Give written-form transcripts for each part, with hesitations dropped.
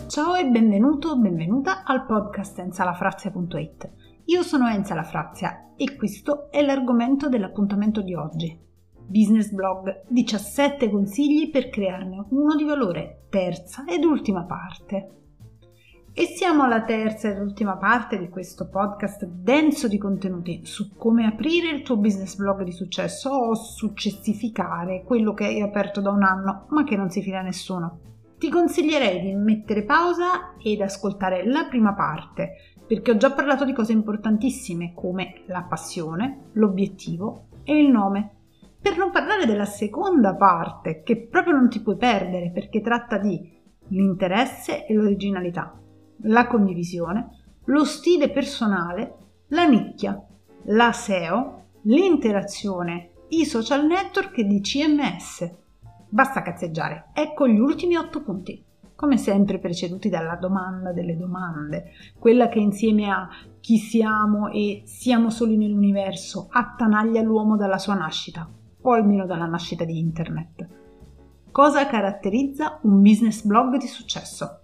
Ciao e benvenuto o benvenuta al podcast enzalafrazia.it. Io sono Enza La Frazia e questo è l'argomento dell'appuntamento di oggi. Business blog, 17 consigli per crearne uno di valore, terza ed ultima parte. E siamo alla terza ed ultima parte di questo podcast denso di contenuti su come aprire il tuo business blog di successo o successificare quello che hai aperto da un anno ma che non si fida a nessuno. Ti consiglierei di mettere pausa ed ascoltare la prima parte, perché ho già parlato di cose importantissime come la passione, l'obiettivo e il nome. Per non parlare della seconda parte, che proprio non ti puoi perdere perché tratta di l'interesse e l'originalità, la condivisione, lo stile personale, la nicchia, la SEO, l'interazione, i social network e di CMS. Basta cazzeggiare, ecco gli ultimi 8 punti, come sempre preceduti dalla domanda delle domande, quella che insieme a chi siamo e siamo soli nell'universo attanaglia l'uomo dalla sua nascita, o almeno dalla nascita di internet. Cosa caratterizza un business blog di successo?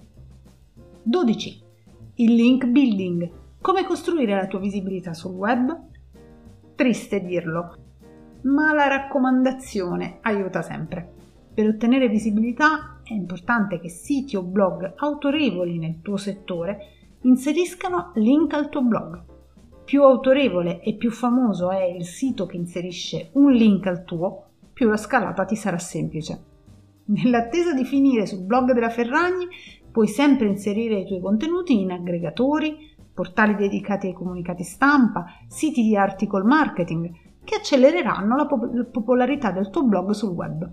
12. Il link building. Come costruire la tua visibilità sul web? Triste dirlo, ma la raccomandazione aiuta sempre. Per ottenere visibilità è importante che siti o blog autorevoli nel tuo settore inseriscano link al tuo blog. Più autorevole e più famoso è il sito che inserisce un link al tuo, più la scalata ti sarà semplice. Nell'attesa di finire sul blog della Ferragni, puoi sempre inserire i tuoi contenuti in aggregatori, portali dedicati ai comunicati stampa, siti di article marketing che accelereranno la popolarità del tuo blog sul web.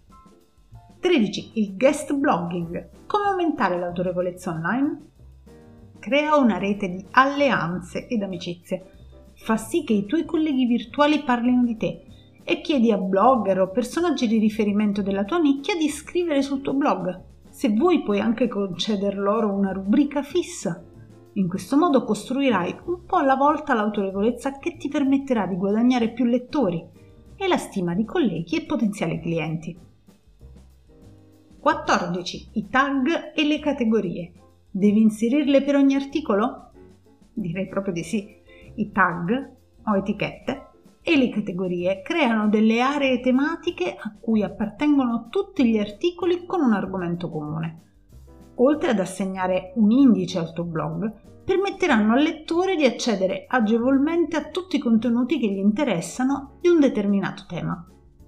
13. Il guest blogging. Come aumentare l'autorevolezza online? Crea una rete di alleanze ed amicizie. Fa sì che i tuoi colleghi virtuali parlino di te e chiedi a blogger o personaggi di riferimento della tua nicchia di scrivere sul tuo blog. Se vuoi puoi anche conceder loro una rubrica fissa. In questo modo costruirai un po' alla volta l'autorevolezza che ti permetterà di guadagnare più lettori e la stima di colleghi e potenziali clienti. 14. I tag e le categorie. Devi inserirle per ogni articolo? Direi proprio di sì. I tag o etichette e le categorie creano delle aree tematiche a cui appartengono tutti gli articoli con un argomento comune. Oltre ad assegnare un indice al tuo blog, permetteranno al lettore di accedere agevolmente a tutti i contenuti che gli interessano di un determinato tema.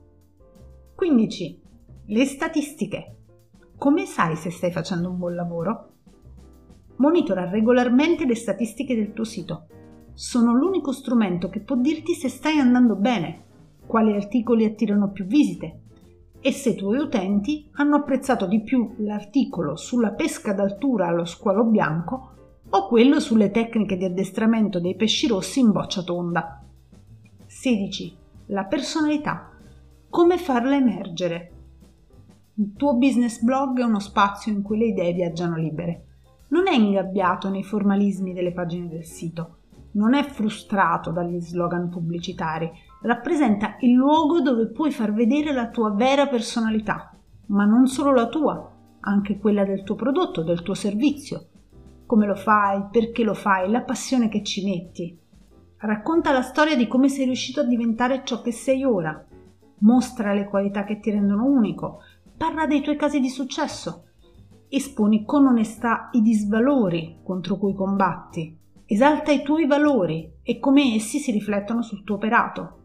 15. Le statistiche. Come sai se stai facendo un buon lavoro? Monitora regolarmente le statistiche del tuo sito. Sono l'unico strumento che può dirti se stai andando bene, quali articoli attirano più visite e se i tuoi utenti hanno apprezzato di più l'articolo sulla pesca d'altura allo squalo bianco o quello sulle tecniche di addestramento dei pesci rossi in boccia tonda. 16. La personalità. Come farla emergere? Il tuo business blog è uno spazio in cui le idee viaggiano libere. Non è ingabbiato nei formalismi delle pagine del sito, non è frustrato dagli slogan pubblicitari, rappresenta il luogo dove puoi far vedere la tua vera personalità, ma non solo la tua, anche quella del tuo prodotto, del tuo servizio. Come lo fai, perché lo fai, la passione che ci metti. Racconta la storia di come sei riuscito a diventare ciò che sei ora. Mostra le qualità che ti rendono unico. Parla dei tuoi casi di successo. Esponi con onestà i disvalori contro cui combatti. Esalta i tuoi valori e come essi si riflettono sul tuo operato.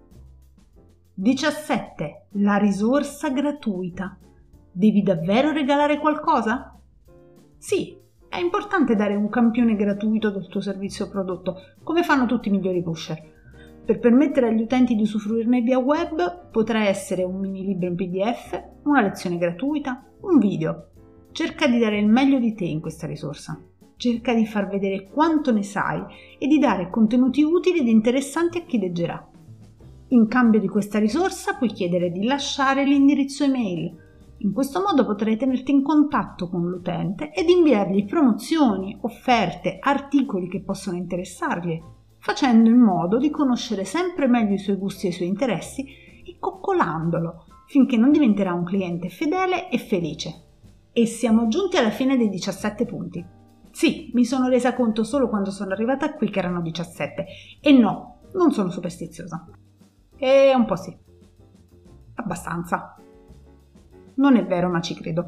17. La risorsa gratuita. Devi davvero regalare qualcosa? Sì, è importante dare un campione gratuito del tuo servizio o prodotto, come fanno tutti i migliori pusher. Per permettere agli utenti di usufruirne via web potrà essere un mini libro in PDF, una lezione gratuita, un video. Cerca di dare il meglio di te in questa risorsa. Cerca di far vedere quanto ne sai e di dare contenuti utili ed interessanti a chi leggerà. In cambio di questa risorsa puoi chiedere di lasciare l'indirizzo email. In questo modo potrai tenerti in contatto con l'utente ed inviargli promozioni, offerte, articoli che possono interessargli, facendo in modo di conoscere sempre meglio i suoi gusti e i suoi interessi e coccolandolo finché non diventerà un cliente fedele e felice. E siamo giunti alla fine dei 17 punti. Sì, mi sono resa conto solo quando sono arrivata qui che erano 17. E no, non sono superstiziosa. E un po' sì. Abbastanza. Non è vero, ma ci credo.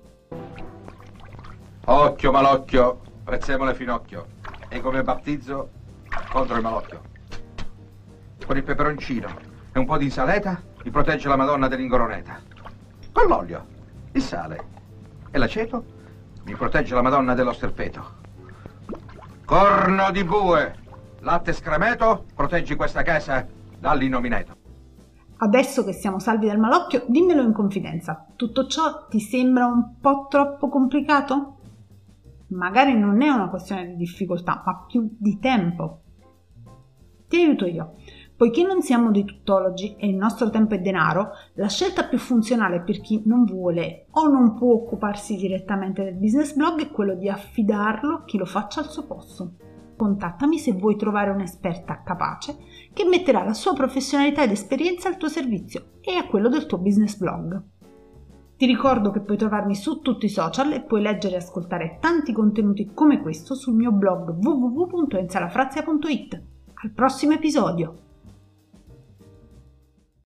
Occhio malocchio, prezzemolo finocchio. E come battizzo contro il malocchio. Con il peperoncino e un po' di insalata mi protegge la Madonna dell'Ingoroneta. Con l'olio, il sale e l'aceto mi protegge la Madonna dello Sterpeto. Corno di bue, latte scremeto, proteggi questa casa dall'innomineto. Adesso che siamo salvi dal malocchio, dimmelo in confidenza. Tutto ciò ti sembra un po' troppo complicato? Magari non è una questione di difficoltà, ma più di tempo. Ti aiuto io. Poiché non siamo dei tuttologi e il nostro tempo è denaro, la scelta più funzionale per chi non vuole o non può occuparsi direttamente del business blog è quello di affidarlo a chi lo faccia al suo posto. Contattami se vuoi trovare un'esperta capace che metterà la sua professionalità ed esperienza al tuo servizio e a quello del tuo business blog. Ti ricordo che puoi trovarmi su tutti i social e puoi leggere e ascoltare tanti contenuti come questo sul mio blog www.ensalafrazia.it. Al prossimo episodio!